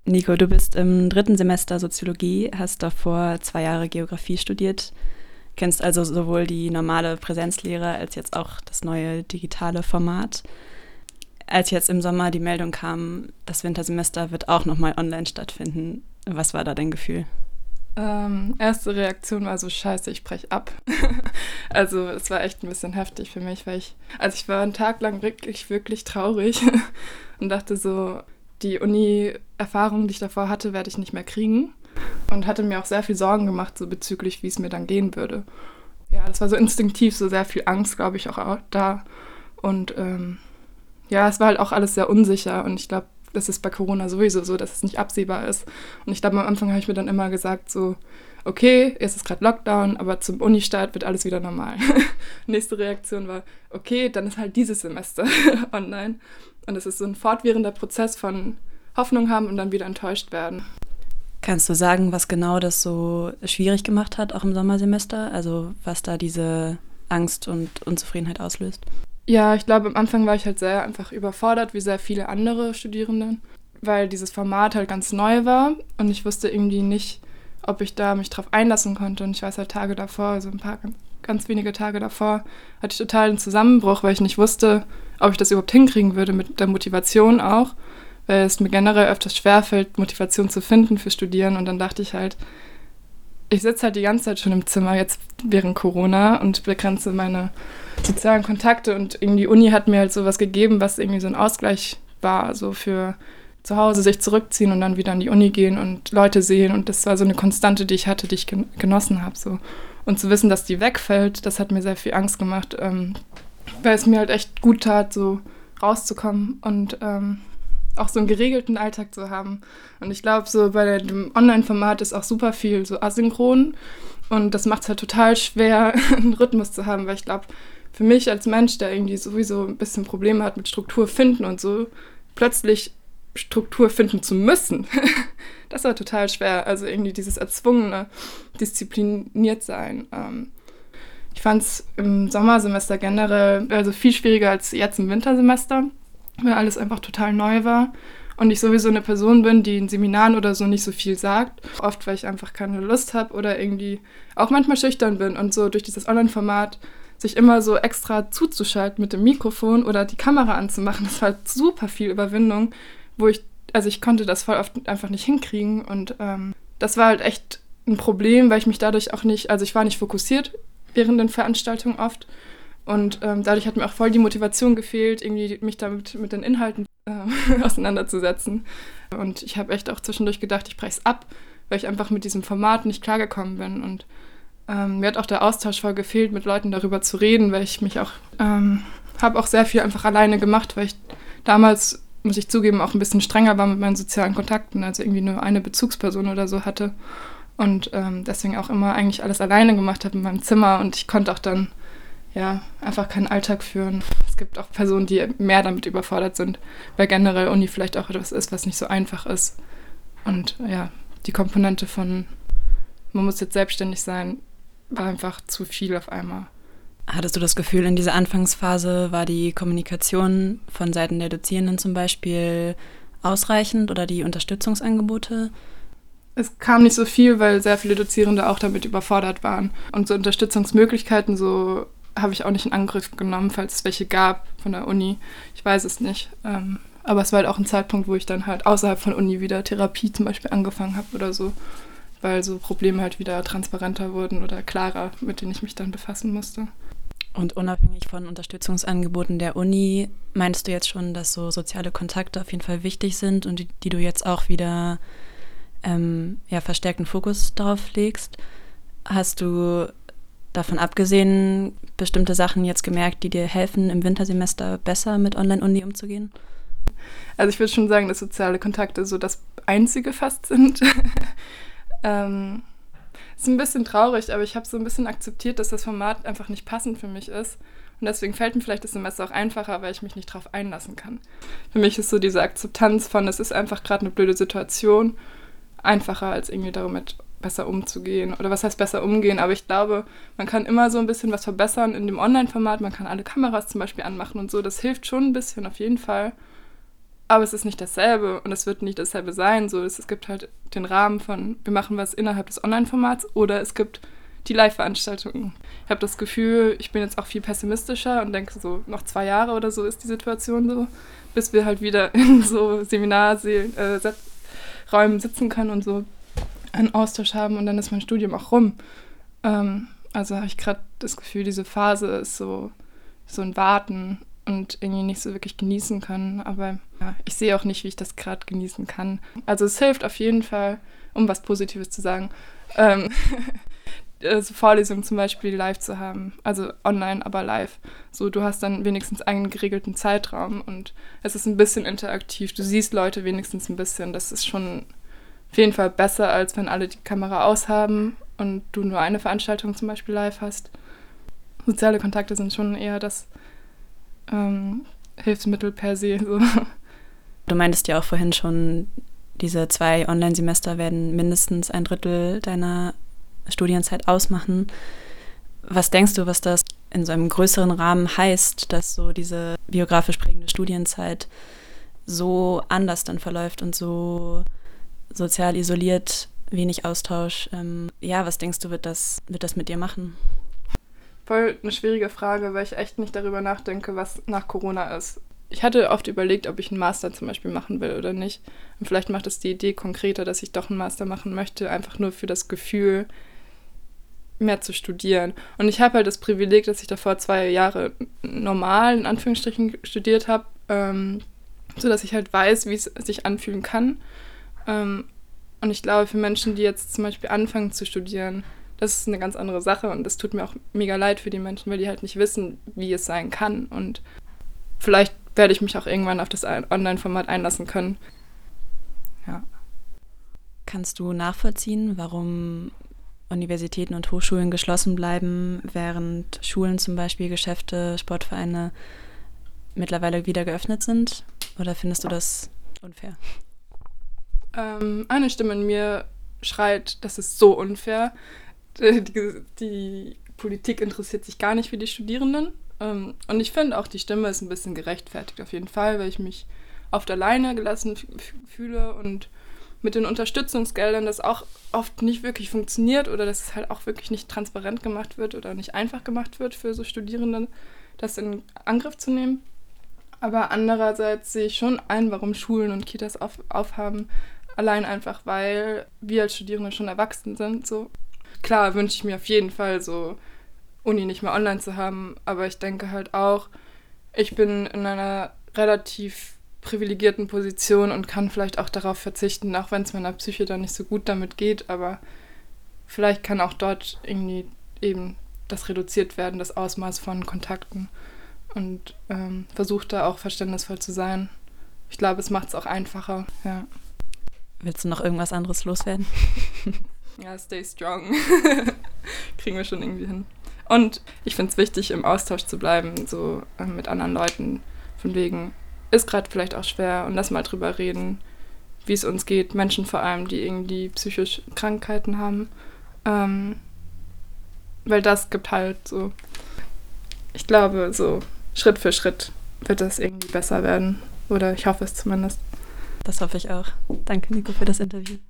Nico, du bist im dritten Semester Soziologie, hast davor 2 Jahre Geografie studiert, kennst also sowohl die normale Präsenzlehre als jetzt auch das neue digitale Format. Als jetzt im Sommer die Meldung kam, das Wintersemester wird auch nochmal online stattfinden, was war da dein Gefühl? Erste Reaktion war so, scheiße, ich brech ab. Also es war echt ein bisschen heftig für mich, weil ich war einen Tag lang wirklich, wirklich traurig und dachte so, die Uni-Erfahrung, die ich davor hatte, werde ich nicht mehr kriegen. Und hatte mir auch sehr viel Sorgen gemacht, so bezüglich, wie es mir dann gehen würde. Ja, das war so instinktiv, so sehr viel Angst, glaube ich, auch da. Und ja, es war halt auch alles sehr unsicher und ich glaube, das ist bei Corona sowieso so, dass es nicht absehbar ist. Und ich glaube, am Anfang habe ich mir dann immer gesagt so, okay, jetzt ist gerade Lockdown, aber zum Unistart wird alles wieder normal. Nächste Reaktion war, okay, dann ist halt dieses Semester online. Und es ist so ein fortwährender Prozess von Hoffnung haben und dann wieder enttäuscht werden. Kannst du sagen, was genau das so schwierig gemacht hat, auch im Sommersemester? Also was da diese Angst und Unzufriedenheit auslöst? Ja, ich glaube, am Anfang war ich halt sehr einfach überfordert, wie sehr viele andere Studierende, weil dieses Format halt ganz neu war und ich wusste irgendwie nicht, ob ich da mich drauf einlassen konnte. Und ich weiß halt Tage davor, also ein paar ganz wenige Tage davor, hatte ich total einen Zusammenbruch, weil ich nicht wusste, ob ich das überhaupt hinkriegen würde mit der Motivation auch, weil es mir generell öfters schwerfällt, Motivation zu finden für Studieren. Und dann dachte ich halt, ich sitze halt die ganze Zeit schon im Zimmer, jetzt während Corona und begrenze meine sozialen Kontakte und irgendwie die Uni hat mir halt sowas gegeben, was irgendwie so ein Ausgleich war, so für zu Hause sich zurückziehen und dann wieder an die Uni gehen und Leute sehen und das war so eine Konstante, die ich hatte, die ich genossen habe, so. Und zu wissen, dass die wegfällt, das hat mir sehr viel Angst gemacht, weil es mir halt echt gut tat, so rauszukommen und auch so einen geregelten Alltag zu haben. Und ich glaube, so bei dem Online-Format ist auch super viel so asynchron und das macht es halt total schwer, einen Rhythmus zu haben, weil ich glaube, für mich als Mensch, der irgendwie sowieso ein bisschen Probleme hat mit Struktur finden und so, plötzlich Struktur finden zu müssen, das war total schwer. Also irgendwie dieses erzwungene, diszipliniert sein. Ich fand es im Sommersemester generell also viel schwieriger als jetzt im Wintersemester, weil alles einfach total neu war. Und ich sowieso eine Person bin, die in Seminaren oder so nicht so viel sagt. Oft, weil ich einfach keine Lust habe oder irgendwie auch manchmal schüchtern bin. Und so durch dieses Online-Format sich immer so extra zuzuschalten mit dem Mikrofon oder die Kamera anzumachen, das war halt super viel Überwindung, ich konnte das voll oft einfach nicht hinkriegen. Und das war halt echt ein Problem, weil ich mich dadurch auch nicht, also ich war nicht fokussiert während den Veranstaltungen oft. Und dadurch hat mir auch voll die Motivation gefehlt, irgendwie mich damit mit den Inhalten auseinanderzusetzen. Und ich habe echt auch zwischendurch gedacht, ich breche es ab, weil ich einfach mit diesem Format nicht klargekommen bin. Und mir hat auch der Austausch voll gefehlt, mit Leuten darüber zu reden, weil ich mich auch, habe auch sehr viel einfach alleine gemacht, weil ich damals, muss ich zugeben, auch ein bisschen strenger war mit meinen sozialen Kontakten, also irgendwie nur eine Bezugsperson oder so hatte. Und deswegen auch immer eigentlich alles alleine gemacht habe in meinem Zimmer und ich konnte auch dann ja, einfach keinen Alltag führen. Es gibt auch Personen, die mehr damit überfordert sind, weil generell Uni vielleicht auch etwas ist, was nicht so einfach ist. Und ja, die Komponente von, man muss jetzt selbstständig sein, war einfach zu viel auf einmal. Hattest du das Gefühl, in dieser Anfangsphase war die Kommunikation von Seiten der Dozierenden zum Beispiel ausreichend oder die Unterstützungsangebote? Es kam nicht so viel, weil sehr viele Dozierende auch damit überfordert waren. Und so Unterstützungsmöglichkeiten, so habe ich auch nicht in Angriff genommen, falls es welche gab von der Uni. Ich weiß es nicht. Aber es war halt auch ein Zeitpunkt, wo ich dann halt außerhalb von Uni wieder Therapie zum Beispiel angefangen habe oder so, weil so Probleme halt wieder transparenter wurden oder klarer, mit denen ich mich dann befassen musste. Und unabhängig von Unterstützungsangeboten der Uni, meinst du jetzt schon, dass so soziale Kontakte auf jeden Fall wichtig sind und die du jetzt auch wieder verstärkten Fokus darauf legst? Hast du davon abgesehen bestimmte Sachen jetzt gemerkt, die dir helfen, im Wintersemester besser mit Online-Uni umzugehen? Also ich würde schon sagen, dass soziale Kontakte so das Einzige fast sind. Ist ein bisschen traurig, aber ich habe so ein bisschen akzeptiert, dass das Format einfach nicht passend für mich ist. Und deswegen fällt mir vielleicht das Semester auch einfacher, weil ich mich nicht drauf einlassen kann. Für mich ist so diese Akzeptanz von, es ist einfach gerade eine blöde Situation, einfacher als irgendwie damit besser umzugehen. Oder was heißt besser umgehen? Aber ich glaube, man kann immer so ein bisschen was verbessern in dem Online-Format. Man kann alle Kameras zum Beispiel anmachen und so. Das hilft schon ein bisschen, auf jeden Fall. aber es ist nicht dasselbe und es wird nicht dasselbe sein. So, es gibt halt den Rahmen von, wir machen was innerhalb des Online-Formats oder es gibt die Live-Veranstaltungen. Ich habe das Gefühl, ich bin jetzt auch viel pessimistischer und denke so, noch 2 Jahre oder so ist die Situation so, bis wir halt wieder in so Räumen sitzen können und so einen Austausch haben und dann ist mein Studium auch rum. Also habe ich gerade das Gefühl, diese Phase ist so ein Warten und irgendwie nicht so wirklich genießen können. Aber ja, ich sehe auch nicht, wie ich das gerade genießen kann. Also es hilft auf jeden Fall, um was Positives zu sagen, so Vorlesungen zum Beispiel live zu haben. Also online, aber live. So, du hast dann wenigstens einen geregelten Zeitraum und es ist ein bisschen interaktiv. Du siehst Leute wenigstens ein bisschen. Das ist schon auf jeden Fall besser, als wenn alle die Kamera aushaben und du nur eine Veranstaltung zum Beispiel live hast. Soziale Kontakte sind schon eher das Hilfsmittel per se. So. Du meintest ja auch vorhin schon, diese 2 Online-Semester werden mindestens 1/3 deiner Studienzeit ausmachen. Was denkst du, was das in so einem größeren Rahmen heißt, dass so diese biografisch prägende Studienzeit so anders dann verläuft und so sozial isoliert, wenig Austausch? Was denkst du, wird das mit dir machen? Voll eine schwierige Frage, weil ich echt nicht darüber nachdenke, was nach Corona ist. Ich hatte oft überlegt, ob ich einen Master zum Beispiel machen will oder nicht. Und vielleicht macht es die Idee konkreter, dass ich doch einen Master machen möchte, einfach nur für das Gefühl, mehr zu studieren. Und ich habe halt das Privileg, dass ich davor 2 Jahre normal, in Anführungsstrichen, studiert habe, sodass ich halt weiß, wie es sich anfühlen kann. Und ich glaube, für Menschen, die jetzt zum Beispiel anfangen zu studieren, das ist eine ganz andere Sache und das tut mir auch mega leid für die Menschen, weil die halt nicht wissen, wie es sein kann. Und vielleicht werde ich mich auch irgendwann auf das Online-Format einlassen können. Ja. Kannst du nachvollziehen, warum Universitäten und Hochschulen geschlossen bleiben, während Schulen zum Beispiel, Geschäfte, Sportvereine mittlerweile wieder geöffnet sind? Oder findest du das unfair? Eine Stimme in mir schreit, das ist so unfair. Die Politik interessiert sich gar nicht für die Studierenden. Und ich finde auch, die Stimme ist ein bisschen gerechtfertigt auf jeden Fall, weil ich mich oft alleine gelassen fühle und mit den Unterstützungsgeldern das auch oft nicht wirklich funktioniert oder dass es halt auch wirklich nicht transparent gemacht wird oder nicht einfach gemacht wird für so Studierende, das in Angriff zu nehmen. Aber andererseits sehe ich schon ein, warum Schulen und Kitas aufhaben, allein einfach, weil wir als Studierende schon erwachsen sind. So. Klar wünsche ich mir auf jeden Fall so Uni nicht mehr online zu haben, aber ich denke halt auch, ich bin in einer relativ privilegierten Position und kann vielleicht auch darauf verzichten, auch wenn es meiner Psyche dann nicht so gut damit geht, aber vielleicht kann auch dort irgendwie eben das reduziert werden, das Ausmaß von Kontakten und versuche da auch verständnisvoll zu sein. Ich glaube, es macht es auch einfacher, ja. Willst du noch irgendwas anderes loswerden? Ja, stay strong. Kriegen wir schon irgendwie hin. Und ich finde es wichtig, im Austausch zu bleiben, so mit anderen Leuten. Von wegen, ist gerade vielleicht auch schwer und lass mal drüber reden, wie es uns geht. Menschen vor allem, die irgendwie psychische Krankheiten haben. Weil das gibt halt so, ich glaube, so Schritt für Schritt wird das irgendwie besser werden. Oder ich hoffe es zumindest. Das hoffe ich auch. Danke, Nico, für das Interview.